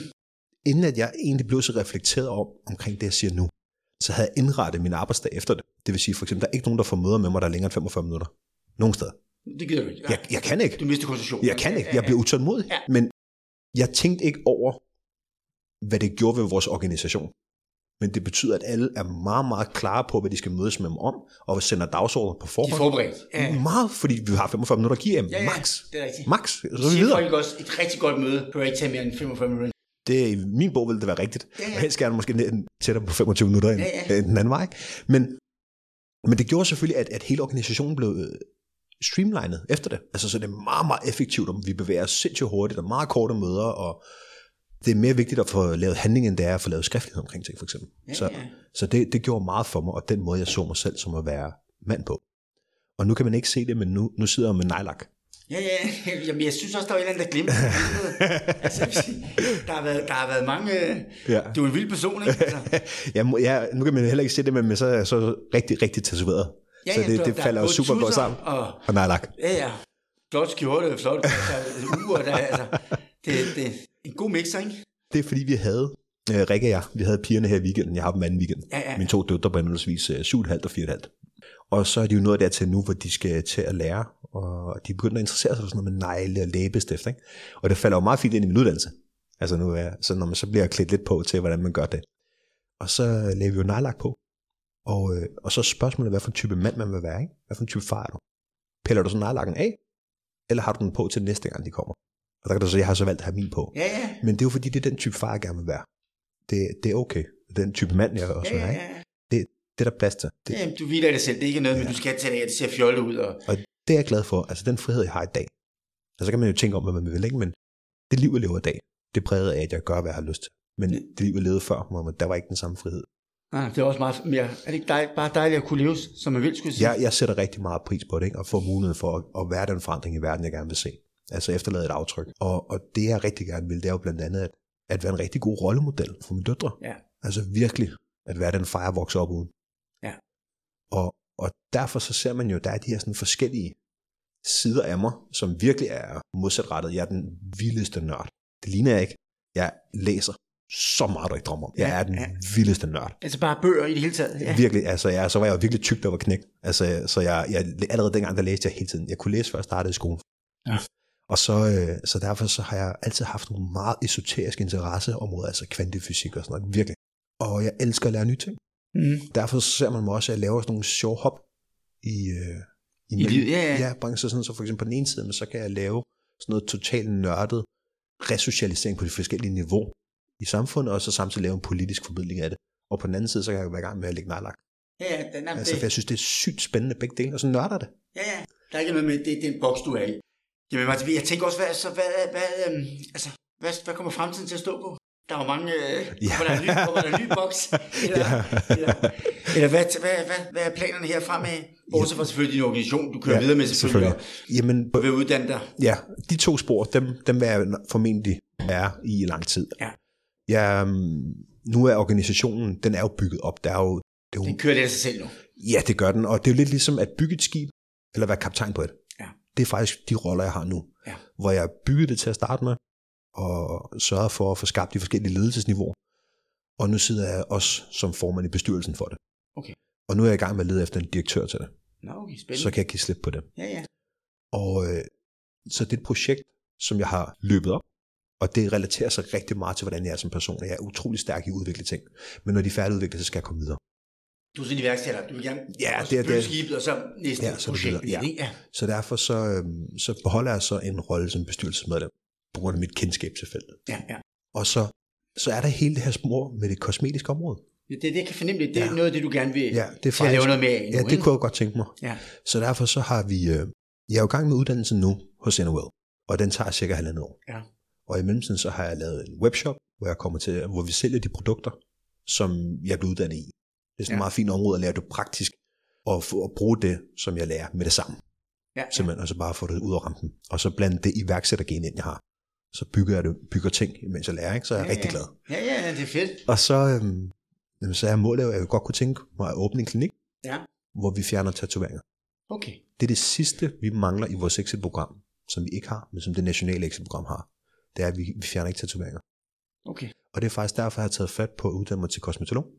Inden at jeg egentlig blev så reflekteret omkring det, jeg siger nu, så havde jeg indrettet min arbejdsdag efter det. Det vil sige for eksempel, der er ikke nogen, der får møder med mig, der er længere end 45 minutter. Nogen steder. Det gider du ikke. Jeg kan ikke. Du mister koncentration. Jeg kan ikke. Jeg bliver utålmodig. Ja. Men jeg tænkte ikke over, hvad det gjorde ved vores organisation. Men det betyder, at alle er meget, meget klare på, hvad de skal mødes med dem om, og sender dagsordner på forhånd. De er forberedt. Ja. Meget, fordi vi har 45 minutter at give dem. Max. Det er rigtigt. Max. Så vi videre. Folk også et rigtig godt møde, kan ikke tage mere end 45 minutter. Det, i min bog ville det være rigtigt. Ja. Helst gerne måske tættere på 25 minutter end den anden vej. Men det gjorde selvfølgelig, at hele organisationen blev streamlinet efter det. Altså, så det er meget, meget effektivt, om vi bevæger os sindssygt hurtigt, og meget korte møder, og det er mere vigtigt at få lavet handling, end det er at få lavet skriftlighed omkring ting, for eksempel. Så det gjorde meget for mig, og den måde, jeg så mig selv som at være mand på. Og nu kan man ikke se det, men nu sidder jeg med nejlak. Ja. Jamen, jeg synes også, der var en eller anden, der glemte. Altså, der har været mange... Ja. Du er en vild person, ikke? Altså. Nu kan man heller ikke se det, men så er jeg så rigtig, rigtig tatoveret. Så det falder jo super godt sammen. Og nejlak. Ja. Flot skjorte, flot uger. Altså, det er en god mixer, ikke? Det er fordi, vi havde... Rikke og jeg, vi havde pigerne her i weekenden. Jeg har dem anden weekend. Ja. Mine 2 døtre på henholdsvis 7,5 og 4,5. Og så er de jo nået dertil nu, hvor de skal til at lære, og de begynder at interessere sig for sådan noget med negle og læbestift, ikke? Og det falder jo meget fint ind i min uddannelse. Altså nu så når man så bliver klædt lidt på til, hvordan man gør det. Og så laver vi jo nejlak på. Og så spørgsmålet, hvad for en type mand man vil være, ikke? Hvad for en type far er du? Piller du så nejlakken af, eller har du den på til næste gang, de kommer? Og der kan du så, jeg har så valgt at have min på. Ja. Men det er jo fordi, det er den type far, jeg gerne vil være. Det er okay. Den type mand, jeg også vil være, ikke? Det er der plads til. Jamen, du hviler i dig selv. Det er ikke noget, men du skal tage det af. Det ser fjollet ud. Og det er jeg glad for. Altså den frihed, jeg har i dag. Altså så kan man jo tænke om, hvad man vil, ikke? Men det liv, jeg lever i dag, det er præget af, at jeg gør, hvad jeg har lyst til. Men det liv, jeg levede før, der var ikke den samme frihed. Nej, det er også meget mere. Er det ikke bare dejligt at kunne leve, som man vil, skulle sige? Jeg sætter rigtig meget pris på det, ikke? Og få mulighed for at være den forandring i verden, jeg gerne vil se. Altså efterlade et aftryk. Og det, jeg rigtig gerne vil, det er jo blandt andet, at være en rigtig god rollemodel for mine døtre. Ja. Altså virkelig at være den far, jeg vokser op uden. Ja. Og derfor så ser man jo, der er de her sådan forskellige sider af mig, som virkelig er modsatrettet. Jeg er den vildeste nørd. Det ligner jeg ikke. Jeg læser så meget, du ikke drømmer om. Jeg er den vildeste nørd. Altså bare bøger i det hele taget? Ja. Virkelig, altså så var jeg jo virkelig tyk, der var knægt. Altså, så jeg allerede dengang, der læste jeg hele tiden. Jeg kunne læse, før jeg startede i skolen. Ja. Og så derfor så har jeg altid haft nogle meget esoteriske interesseområder, altså kvantifysik og sådan noget, virkelig. Og jeg elsker at lære nye ting. Derfor ser man mig også, at jeg laver sådan nogle sjove hop i livet. Ja. Så sådan, så for eksempel på den ene side, så kan jeg lave sådan noget totalt nørdet resocialisering på de forskellige niveauer i samfundet, og så samtidig lave en politisk formidling af det. Og på den anden side, så kan jeg være i gang med at lægge nejlak. Ja, altså, for jeg synes, det er sygt spændende begge dele, og så nørder det. Ja, der er ikke noget med, det er den boks, du er i. Jamen Martin, jeg tænker også, hvad kommer fremtiden til at stå på? Der er jo mange, kommer der en ny boks? Eller hvad er planerne her fremad? Bortset fra selvfølgelig din organisation, du kører videre med selvfølgelig. Jamen, du vil uddanne dig. Ja, de 2 spor, dem vil jeg formentlig være i lang tid. Ja. Nu er organisationen, den er jo bygget op. Den kører det af sig selv nu. Ja, det gør den, og det er jo lidt ligesom at bygge et skib, eller være kaptajn på et. Ja. Det er faktisk de roller, jeg har nu. Ja. Hvor jeg byggede det til at starte med, og sørger for at få skabt de forskellige ledelsesniveauer. Og nu sidder jeg også som formand i bestyrelsen for det. Okay. Og nu er jeg i gang med at lede efter en direktør til det. Okay, spændende. Så kan jeg give slip på det. Ja. Og så det er et projekt, som jeg har løbet op, og det relaterer sig rigtig meget til, hvordan jeg er som person. Jeg er utrolig stærk i at udvikle ting. Men når de er færdigudviklet, så skal jeg komme videre. Du er sådan en iværksætter. Du vil gerne bygge skibet, og så næste projekt. Ja. Så derfor så beholder jeg så en rolle som bestyrelsesmedlem, på grund af mit kendskab til feltet. Ja. Og så er der hele det her spor med det kosmetiske område. Det kan fornemme det. Det er noget af det, du gerne vil det er faktisk, lave noget med af nu, det kunne jeg godt tænke mig. Ja. Så derfor så har vi, jeg er jo i gang med uddannelsen nu hos NOL, og den tager cirka 1,5 år. Ja. Og i mellemtiden så har jeg lavet en webshop, hvor vi sælger de produkter, som jeg blev uddannet i. Det er sådan et meget fint område at lære det praktisk, og bruge det, som jeg lærer med det samme. Ja. Simpelthen, og så bare få det ud af rampen. Og så blande det iværksættergen ind, jeg har. Så bygger ting, mens jeg lærer, ikke? Så er jeg rigtig glad. Ja, det er fedt. Og så er målet, at jeg godt kunne tænke mig at åbne en klinik, hvor vi fjerner tatoveringer. Okay. Det er det sidste, vi mangler i vores exit-program, som vi ikke har, men som det nationale exit-program har. Det er, at vi fjerner ikke tatoveringer. Okay. Og det er faktisk derfor, jeg har taget fat på at uddanne mig til kosmetolog,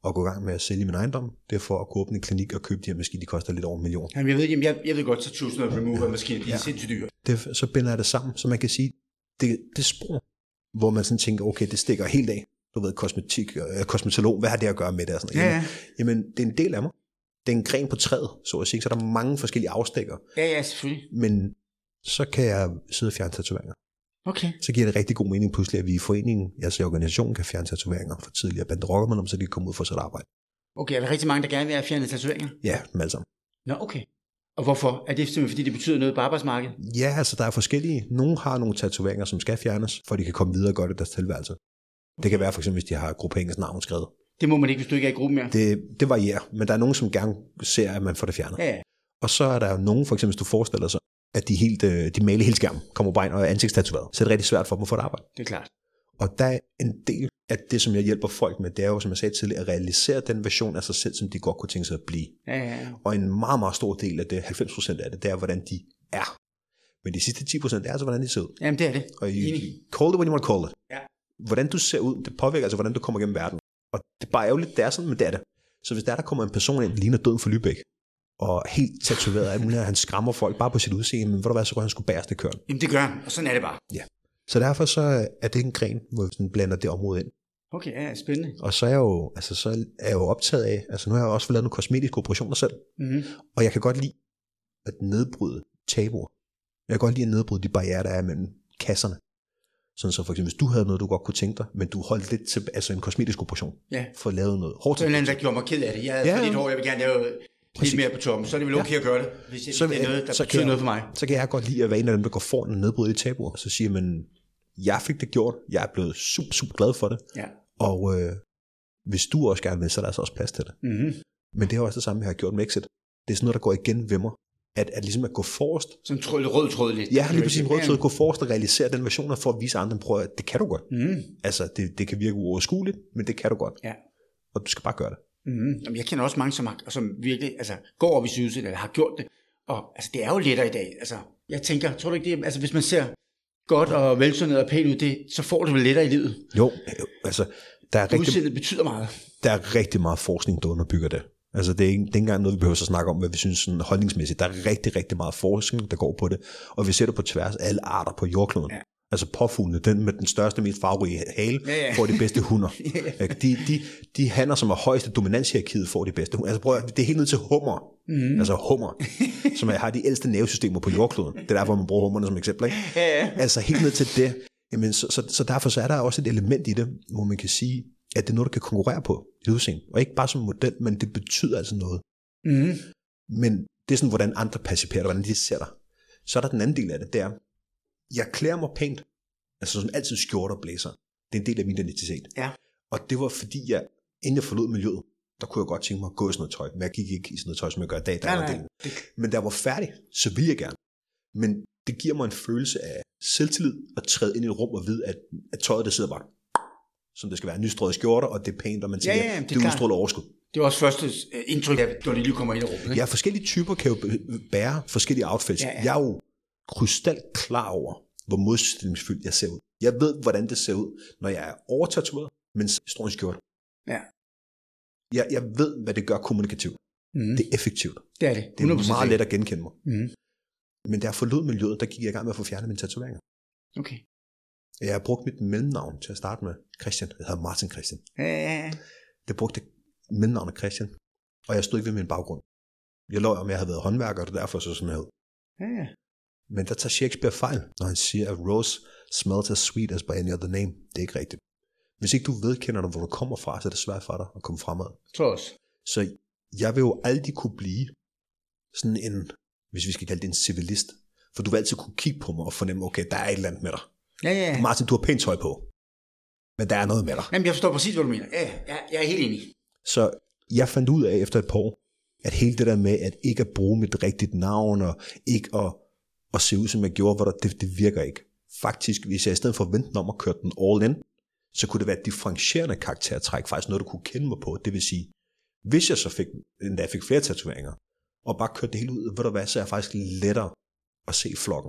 at gå i gang med at sælge min ejendom. Det er for at kunne åbne en klinik og købe de her maskiner, de koster lidt over 1 million. Jamen, jeg ved godt, så 1000 remover-maskiner, de er sindssygt dyre. Så binder jeg det sammen, så man kan sige, det spor, hvor man sådan tænker, okay, det stikker helt af. Du ved, kosmetolog, hvad har det at gøre med det? Og sådan noget. Ja. Jamen, det er en del af mig. Det er en gren på træet, så at sige. Så der er mange forskellige afstikker. Ja, selvfølgelig. Men så kan jeg sidde og fjerne tatoveringer. Okay. Så giver det rigtig god mening pludselig, at vi i foreningen, altså i organisationen, kan fjerne tatoveringer for tidligere banderockermedlemmer, så de kan komme ud for sit arbejde. Okay, er der rigtig mange, der gerne vil have fjernet tatoveringer? Ja, dem alle sammen. Nå, okay. Og hvorfor? Er det simpelthen, fordi det betyder noget på arbejdsmarkedet? Ja, altså der er forskellige. Nogle har nogle tatoveringer, som skal fjernes, for de kan komme videre og gøre det deres tilværelse. Det kan være for eksempel, hvis de har grupperingers navn skrevet. Det må man ikke, hvis du ikke er i gruppen mere. Det varierer, men der er nogen, som gerne ser, at man får det fjernet. Ja. Og så er der nogen, for eksempel hvis du forestiller sig, at de maler hele skærmen, kommer bare ind og er ansigtstatueret, så er det rigtig svært for dem at få et arbejde. Det er klart. Og der er en del af det, som jeg hjælper folk med, det er jo, som jeg sagde tidligere, at realisere den version af sig selv, som de godt kunne tænke sig at blive. Ja. Og en meget, meget stor del af det, 90% af det, det er, hvordan de er. Men de sidste 10% er altså, hvordan de ser ud. Jamen, det er det. Og call it when you want to call it. Ja. Hvordan du ser ud, det påvirker altså, hvordan du kommer gennem verden. Og det er bare ærgerligt, det er sådan, men det er det. Så hvis der kommer en person ind, der ligner døden for Lübeck, og helt tatoveret af muligt, han skræmmer folk bare på sit udseende, men hvor der var så godt, han skulle bæreste køren. Jamen det gør han, og sådan er det bare. Ja. Så derfor så er det en gren, hvor vi sådan blander det område ind. Okay, ja, spændende. Og så er jeg jo optaget af, altså nu har jeg også lavet nogle kosmetiske operationer selv, og jeg kan godt lide at nedbryde tabuer. Jeg kan godt lide at nedbryde de barrierer, der er mellem kasserne. Sådan så for eksempel, hvis du havde noget, du godt kunne tænke dig, men du holdt lidt til, altså en kosmetisk operation, for at lave noget hårdt. Så en anden, der gjorde mig ked af det. Jeg havde for lidt hår, jeg vil gerne lave lidt mere på toppen, så er det vel okay at gøre det, hvis det er noget, der betyder noget for mig. Så kan jeg godt lide at være en af dem, der går foran og nedbryde de tabuer, og så siger man, jeg fik det gjort, jeg er blevet super, super glad for det, og hvis du også gerne vil, så er der altså også plads til det. Men det er også det samme, jeg har gjort med Exit. Det er sådan noget, der går igen ved mig. At ligesom at gå forrest. Sådan en rød tråd lidt. Ja, lige præcis en rød tråd. Gå forrest og realisere den version, for at vise andre, prøv at det kan du godt. Altså, det kan virke uoverskueligt, men det kan du godt. Ja. Og du skal bare gøre det. Jamen, jeg kender også mange, som virkelig går op i sygehuset, eller har gjort det. Og altså, det er jo lettere i dag. Altså, jeg tænker, tror du ikke det? Altså, hvis man ser godt og velsundet og pænt ud, så får du vel lettere i livet. Jo, altså, udseendet betyder meget. Der er rigtig meget forskning, der underbygger det. Altså det er ikke engang noget, vi behøver at snakke om, hvad vi synes sådan holdningsmæssigt. Der er rigtig, rigtig meget forskning, der går på det. Og vi ser det på tværs af alle arter på jordkloden. Ja. Altså påfuglene, den med den største, mest farverige hale, får de bedste hunder. De hanner, som er højeste dominanshierarkiet, får de bedste hunder. Altså prøv, det er helt ned til hummer. Altså hummer, som har de ældste nervesystemer på jordkloden. Det er derfor, man bruger hummerne som eksempel. Ikke? Altså helt ned til det. Jamen, så derfor så er der også et element i det, hvor man kan sige, at det er noget, der kan konkurrere på i udseende. Og ikke bare som model, men det betyder altså noget. Men det er sådan, hvordan andre participerer, hvordan de ser dig. Så er der den anden del af det, det er, jeg klæder mig pænt. Altså som altid skjorter og blæser. Det er en del af min identitet. Ja. Og det var fordi, inden jeg forlod miljøet, der kunne jeg godt tænke mig at gå i sådan noget tøj. Men jeg gik ikke i sådan noget tøj, som jeg gør i dag. Men da jeg var færdig, så ville jeg gerne. Men det giver mig en følelse af selvtillid at træde ind i et rum og vide, at tøjet, det sidder bare som det skal være, nystrøget skjorter, og det er pænt, og man tænker, det udstråler overskud. Det er også første indtryk, når de lige kommer ind i rummet. Ja, forskellige typer kan jo bære forskellige outfits. Ja. Jeg er jo krystal klar over, hvor modstillingsfyldt jeg ser ud. Jeg ved, hvordan det ser ud, når jeg er overtatoveret, mens jeg står i skjorte. Ja. Jeg ved, hvad det gør kommunikativt. Det er effektivt. Det er det. 100%. Det er meget let at genkende mig. Men da jeg forlod miljøet, der gik jeg i gang med at få fjernet mine tatoveringer. Okay. Jeg har brugt mit mellemnavn til at starte med. Christian. Jeg hedder Martin Christian. Ja. Jeg brugte mellemnavnet Christian. Og jeg stod ikke ved min baggrund. Jeg lå om, jeg havde været håndværker, og derfor så sådan noget. Ja. Men der tager Shakespeare fejl, når han siger, at rose smells as sweet as by any other name. Det er ikke rigtigt. Hvis ikke du vedkender dig, hvor du kommer fra, så er det svært for dig at komme fremad. Tror også. Så jeg vil jo aldrig kunne blive sådan en, hvis vi skal kalde det en civilist. For du vil altid kunne kigge på mig og fornemme, okay, der er et eller andet med dig. Ja. Martin, du har pænt tøj på. Men der er noget med dig. Jamen, jeg forstår præcis, hvad du mener. Ja, jeg er helt enig. Så jeg fandt ud af efter et par år, at hele det der med, at ikke at bruge mit rigtigt navn, og ikke at se ud, som jeg gjorde, det virker ikke. Faktisk, hvis jeg i stedet for at vente om at køre den all in, så kunne det være et differentierende karaktertræk, faktisk noget, du kunne kende mig på. Det vil sige, hvis jeg så fik flere tatoveringer, og bare kørte det hele ud, ved du hvad, så er jeg faktisk lettere at se flokken.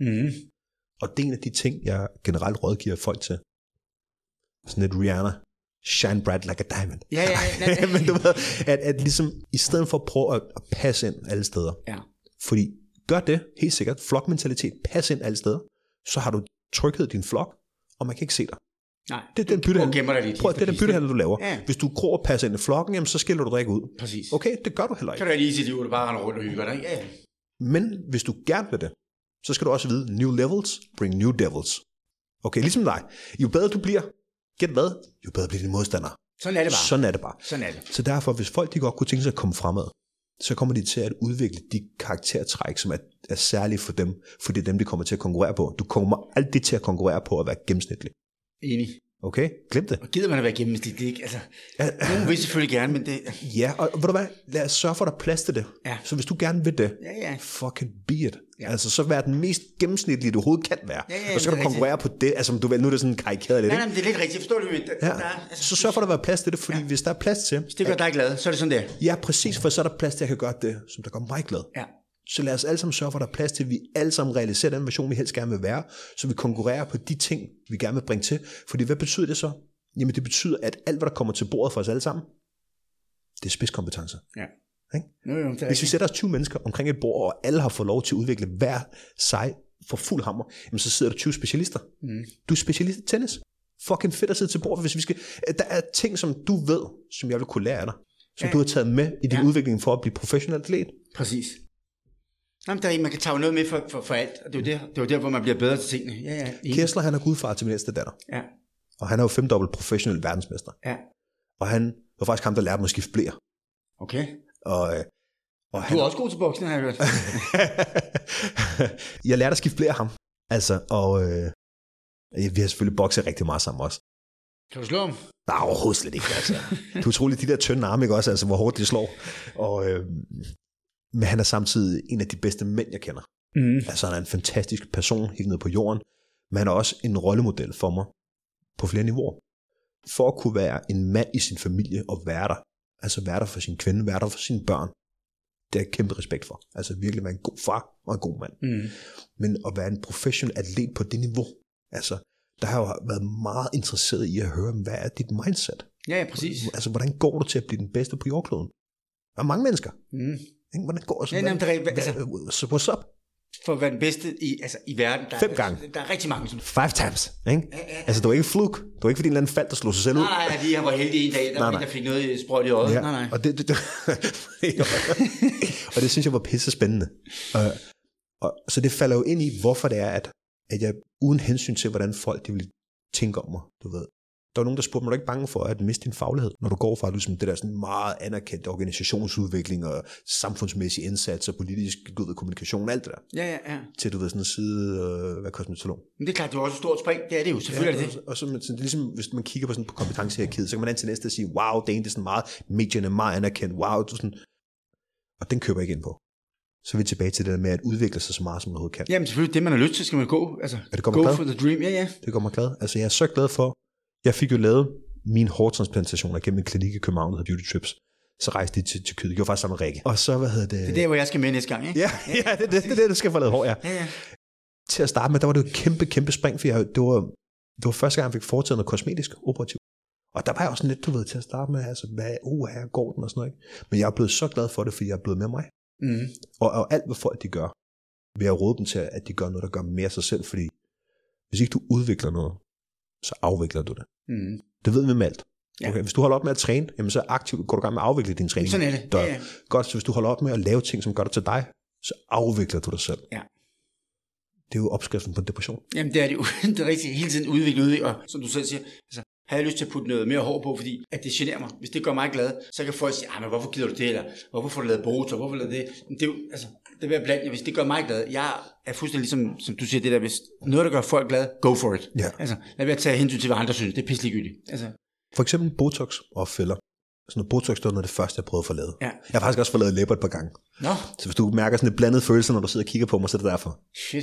Og det er en af de ting, jeg generelt rådgiver folk til. Sådan lidt Rihanna. shine bright like a diamond. Ja. Men du ved, at ligesom, i stedet for at prøve at passe ind alle steder. Ja. Fordi gør det, helt sikkert, flokmentalitet, pas ind alle steder, så har du tryghed i din flok, og man kan ikke se dig. Nej, det er den byttehandel, du laver. Ja. Hvis du gror og passer ind i flokken, jamen, så skiller du dig ikke ud. Præcis. Okay, det gør du heller ikke. Kan du have lige sit liv, du bare render rundt og hygger dig? Ja. Men hvis du gerne vil det, så skal du også vide, new levels bring new devils. Okay, ligesom dig. Jo bedre du bliver, gæt hvad, jo bedre bliver din modstander. Sådan er det bare. Sådan er det. Så derfor, hvis folk de godt kunne tænke sig at komme fremad, så kommer de til at udvikle de karaktertræk, som er særlige for dem, for det er dem, de kommer til at konkurrere på. Du kommer altid til at konkurrere på at være gennemsnitlig. Enig. Okay, glem det. Og gider man at være gennemsnitlig, ikke? Altså, nogen vil selvfølgelig gerne, men det... Ja, og ved du hvad, lad os sørge for, at der er plads til det. Ja. Så hvis du gerne vil det, fucking be it. Ja. Altså, så vær den mest gennemsnitlige, du overhovedet kan være. Ja, og så kan du konkurrere på det. Altså, du ved, nu er det sådan karikeret lidt, Nej, men det er lidt rigtigt. Forstår du? Så sørg for, at der er plads til det, fordi hvis der er plads til... Hvis det gør dig glad, så er det sådan der. Ja, præcis, for så er der plads til, at jeg kan gøre det, som der gør mig glad. Ja. Så lad os alle sammen sørge for, at der er plads til, at vi alle sammen realiserer den version, vi helst gerne vil være, så vi konkurrerer på de ting, vi gerne vil bringe til. Fordi hvad betyder det så? Jamen det betyder, at alt, hvad der kommer til bordet for os alle sammen, det er spidskompetencer. Ja. Hvis vi sætter os 20 mennesker omkring et bord, og alle har fået lov til at udvikle hver sig for fuld hammer, jamen så sidder der 20 specialister. Du er specialist i tennis. Fucking fedt at sidde til bord, hvis vi skal... Der er ting, som du ved, som jeg vil kunne lære af dig, som du har taget med i din udvikling for at blive professionel atlet. Præcis. Jamen, man kan tage noget med for alt, og det er jo der, hvor man bliver bedre til tingene. Ja. Kessler, han er gudfar til min ældste datter. Ja. Og han er jo 5-dobbelt professionel verdensmester. Ja. Og han var faktisk ham, der lærte mig at skifte bleer. Okay. Og du er også god til boksning, har jeg hørt. Jeg lærte at skifte bleer af ham. Altså, og vi har selvfølgelig bokset rigtig meget sammen også. Kan du slå ham? Nej, overhovedet slet ikke. Altså. Du er utrolig de der tynde arme, ikke også? Altså, hvor hårdt de slår. Men han er samtidig en af de bedste mænd, jeg kender. Altså, han er en fantastisk person helt nede på jorden. Men han er også en rollemodel for mig på flere niveauer. For at kunne være en mand i sin familie og være der. Altså være der for sin kvinde, være der for sine børn. Det er jeg kæmpe respekt for. Altså virkelig være en god far og en god mand. Men at være en professionel atlet på det niveau. Altså, der har jo været meget interesseret i at høre, hvad er dit mindset? Ja, præcis. Altså, hvordan går du til at blive den bedste på jordkloden? Der er mange mennesker. Hvordan går det? Så what's up? For at være den bedste i verden. 5 gange. Der er rigtig mange. 5 times. Ikke? Ja. Altså, du er ikke fluk. Du er ikke fordi en eller anden faldt, der slog sig selv ud. Nej, jeg var heldig en dag, der fik noget sprøjt i øjet. Ja. Nej. Og og det synes jeg var pisse spændende. Og så det falder jo ind i, hvorfor det er, at jeg uden hensyn til, hvordan folk de vil tænke om mig, du ved. Der var nogen, der spurgte mig, er du ikke bange for at miste din faglighed, når du går fra det der sådan meget anerkendt organisationsudvikling og samfundsmæssig indsats og politisk kommunikation og alt det der. Ja. Til du ved sådan en side være kosmetolog. Men det er klart, det er også et stort spring. Det er det jo, selvfølgelig. Ja, og så det er ligesom, hvis man kigger på kompetencehierarkiet, så kan man til næste sige, wow, det er sådan meget, medierne er meget anerkendt, wow, sådan. Og den køber jeg ikke ind på. Så er vi tilbage til det der med at udvikle sig så meget, som man overhovedet kan. Jamen selvfølgelig, det man har lyst til, skal man gå. Altså, go for the dream, ja. Det gør mig glad. Altså jeg er så glad for, jeg fik jo lavet mine hårtransplantationer gennem en klinik i København, der hedder Beauty Trips. Så rejste de til Kød. Jeg gjorde faktisk sammen med Rikke. Og så, det? Det er der, hvor jeg skal med næste gang, ikke? Ja, det er det, du skal få lavet hår, ja. Til at starte med, der var det jo et kæmpe spring, for det var første gang, jeg fik foretaget noget kosmetisk operativt. Og der var jeg også lidt, du ved, til at starte med, altså, her går den og sådan noget, ikke? Men jeg er blevet så glad for det, fordi jeg er blevet med mig. Og alt, hvad folk de gør, vil jeg råde dem til, at de gør noget, der gør mere sig selv, fordi hvis ikke du udvikler noget, så afvikler du det. Det ved vi med alt. Okay, hvis du holder op med at træne, jamen så aktivt går du i gang med at afvikle din træning. Sådan er det. Ja. Godt, så hvis du holder op med at lave ting, som gør det til dig, så afvikler du dig selv. Ja. Det er jo opskriften på en depression. Jamen det er det jo. Det er rigtig hele tiden udvikle, og som du selv siger, altså, har jeg lyst til at putte noget mere hår på, fordi at det generer mig. Hvis det gør mig glad, så kan folk sige, men hvorfor gider du det, eller hvorfor får du lavet botox, hvorfor lavet det? Men det er jo, altså, det vil jeg blandt jer, hvis det gør mig glad. Jeg er fuldstændig ligesom, som du siger, det der, hvis noget, der gør folk glad, go for it. Ja. Altså, lad være at tage hensyn til, hvad andre synes. Det er pisselig gyldigt. Altså. For eksempel botox og filler. Sådan noget botox, det var noget af det første, jeg prøvede at få lavet. Ja. Jeg har faktisk også fået lavet læber et par gange. Nå. Så hvis du mærker sådan et blandet følelse, når du sidder og kigger på mig, så er det derfor. Shit.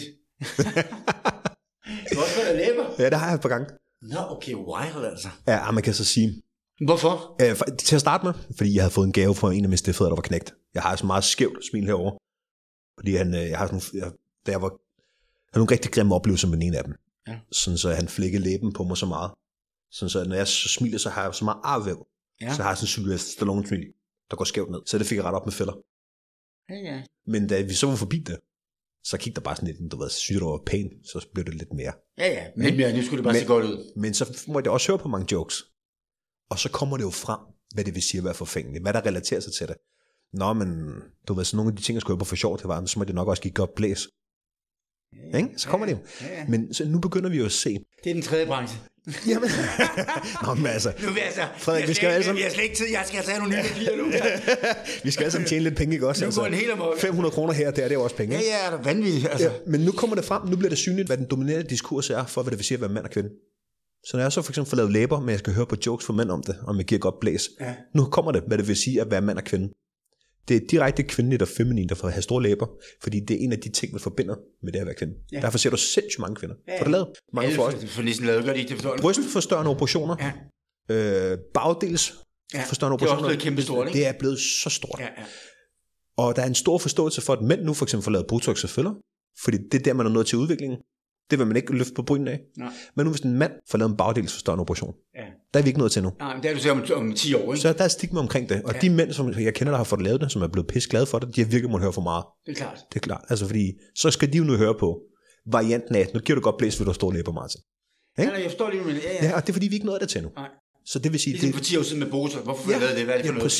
Du har også fået lavet læber? Ja, det har jeg et par gange. Nå, okay, wild altså. Ja, man kan så sige. Hvorfor? Til at starte med, fordi jeg havde fået en gave fra en af mine stedfædre, der var knægt. Jeg har sådan meget skævt smil herovre. Fordi jeg har sådan, da jeg var, havde nogle rigtig grimme oplevelser med en af dem. Ja. Sådan så han flækkede læben på mig så meget. Sådan så når jeg så smiler, så har jeg så meget arvæv. Ja. Så har jeg sådan en Sylvester Stallone-smil, der går skævt ned. Så det fik jeg ret op med fælder. Ja. Men da vi så var forbi det, så gik der bare sådan lidt, du ved, synes du var pæn, så blev det lidt mere. Ja, lidt mere, nu skulle det bare se godt ud. Men så må jeg også høre på mange jokes. Og så kommer det jo frem, hvad det vil sige at være forfængelig, hvad der relaterer sig til det. Nå, men du ved, så nogle af de ting, jeg skulle høre på for sjovt, det var, så må det nok også give godt blæs. Ja, så kommer det jo. Ja. Men så nu begynder vi jo at se. Det er den tredje branche. Jamen. Nå, men altså. Nu vil altså. Frederik, vi skal altså. Vi har slet ikke tid. Jeg skal tage nogle nye papirer nu. Vi skal altså tjene lidt penge, ikke også? Nu går den helt amok. 500 kroner her, det er jo også penge. Ja, det er vanvittigt. Altså. Ja, men nu kommer det frem. Nu bliver det synligt, hvad den dominerende diskurs er for, hvad det vil sige at være mand og kvinde. Så når jeg så for eksempel får lavet læber, men jeg skal høre på jokes for mænd om det, om jeg giver godt blæs. Ja. Nu kommer det, hvad det vil sige at være mand og kvinde. Det er direkte kvindeligt og feminint at få have store læber, fordi det er en af de ting, man forbinder med det at være kvinde. Ja. Derfor ser du sindssygt mange kvinder. Får du lavet mange for os? For ligesom lavet godt ikke det forstår. Brystforstørrende operationer. Ja. Bagdels forstørrende operationer. Det er også blevet kæmpe stort, ikke? Det er blevet så stort. Ja. Og der er en stor forståelse for, at mænd nu for eksempel får lavet botox og filler, fordi det er der, man er nået til udviklingen. Det vil man ikke løfte på brynen af. Nej. Men nu hvis en mand får lavet en bagdelsforstørrende operation, der er vi ikke nået til nu. Nej, men det er du siger om 10 år, ikke? Så der er stigma omkring det. Og de mænd, som jeg kender, der har fået lavet det, som er blevet pisse glade for det, de har virkelig måttet høre for meget. Det er klart. Det er klart. Altså fordi, så skal de jo nu høre på varianten af, nu giver du godt blæs, vil du stå læber, Martin. Ja, jeg forstår lige, men ja, og det er fordi, vi ikke nåede det til nu. Nej. Så det vil sige, ligesom for 10 år siden med botox. Hvorfor har jeg lavet det? Hvad er det for noget? Så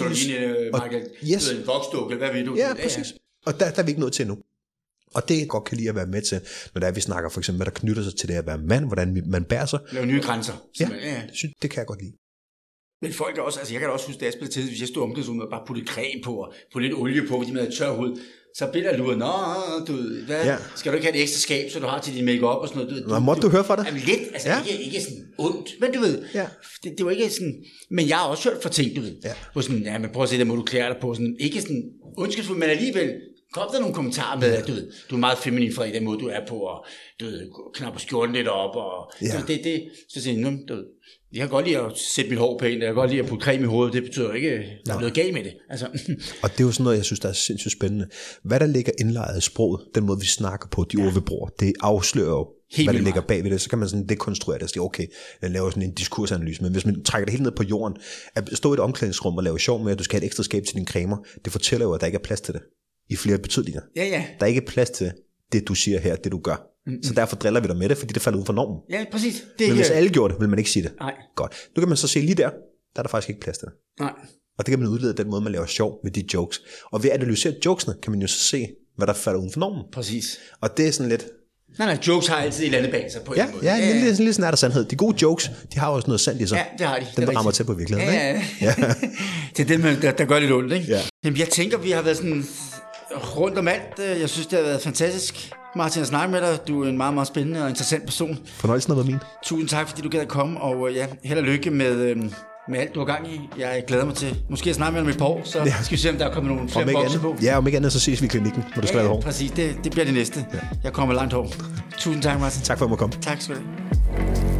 en voksduk, eller hvad ved du? Ja, præcis. Og der er vi ikke nået til nu. Og det jeg godt kan lide at være med til, når der vi snakker for eksempel, hvad der knytter sig til det at være mand, hvordan man bærer sig. Lave nye grænser. Ja, det kan jeg godt lide. Men folk er også, altså jeg kan da også huske, da jeg spillede til, hvis jeg stod omklædningsrummet og bare puttede creme på, og få lidt olie på, fordi man havde tør hud, så bliver der luret, du ved, hvad, skal du ikke have et ekstra skab, så du har til din make-up og sådan noget. Måtte du høre fra det? Jamen lidt, altså ikke sådan ondt, men du ved, det var ikke sådan, men jeg har også hørt fra ting, du ved, hvor sådan, men prøv at se, der må du klæde dig på, sådan, ikke sådan ondskabsfuldt, men alligevel, kom der nogle kommentarer med, at du er meget feminin fra i den måde, du er på, og du ved, knapper skjorten lidt op, og så siger jeg, du ved, jeg kan godt lide at sætte mit hår pænt, jeg kan godt lide at putte creme i hovedet, det betyder ikke, der er noget galt med det. Altså. Og det er jo sådan noget, jeg synes, der er sindssygt spændende. Hvad der ligger indlejret i sproget, den måde, vi snakker på, de ord, vi bruger, det afslører jo, hvad der ligger bag ved det. Så kan man sådan dekonstruere det og sige, okay, jeg laver sådan en diskursanalyse. Men hvis man trækker det helt ned på jorden, at stå i et omklædningsrum og lave sjov med, at du skal have et ekstra skab til dine cremer, det fortæller jo, at der ikke er plads til det. I flere betydninger. Ja. Der er ikke plads til det, du siger her, det du gør. Så derfor driller vi dig med det, fordi det falder ud fra normen. Ja, præcis. Men hvis alle gjorde det, vil man ikke sige det. Nej. Godt. Nu kan man så se lige der er der faktisk ikke plads til det. Nej. Og det kan man udlede den måde, man laver sjov med de jokes. Og ved at analysere jokesene, kan man jo så se, hvad der falder uden for normen. Præcis. Og det er sådan lidt... Nej, jokes har altid et andet bag sig på en måde. Ja, det er sådan lidt sådan, er der sandhed. De gode jokes, de har også noget sandt i sig. Ja, det har de. Den, der rammer til på virkeligheden. Ja. Det er det, der gør lidt ondt, ikke? Ja. Jamen, jeg tænker, vi har været sådan rundt om alt. Jeg synes, det har været fantastisk, Martin, at snakke med dig. Du er en meget, meget spændende og interessant person. Fornøjelsen har været min. Tusind tak, fordi du gad at komme, og held og lykke med alt, du har gang i. Jeg glæder mig til måske at snakke med dig om et par år, så skal vi se, om der er kommet nogle flere bokser på. Ja, om ikke andet, så ses vi i klinikken, når du skal lave hår. Præcis, det bliver det næste. Jeg kommer langt hår. Tusind tak, Martin. Tak for at jeg måtte komme. Tak skal du have.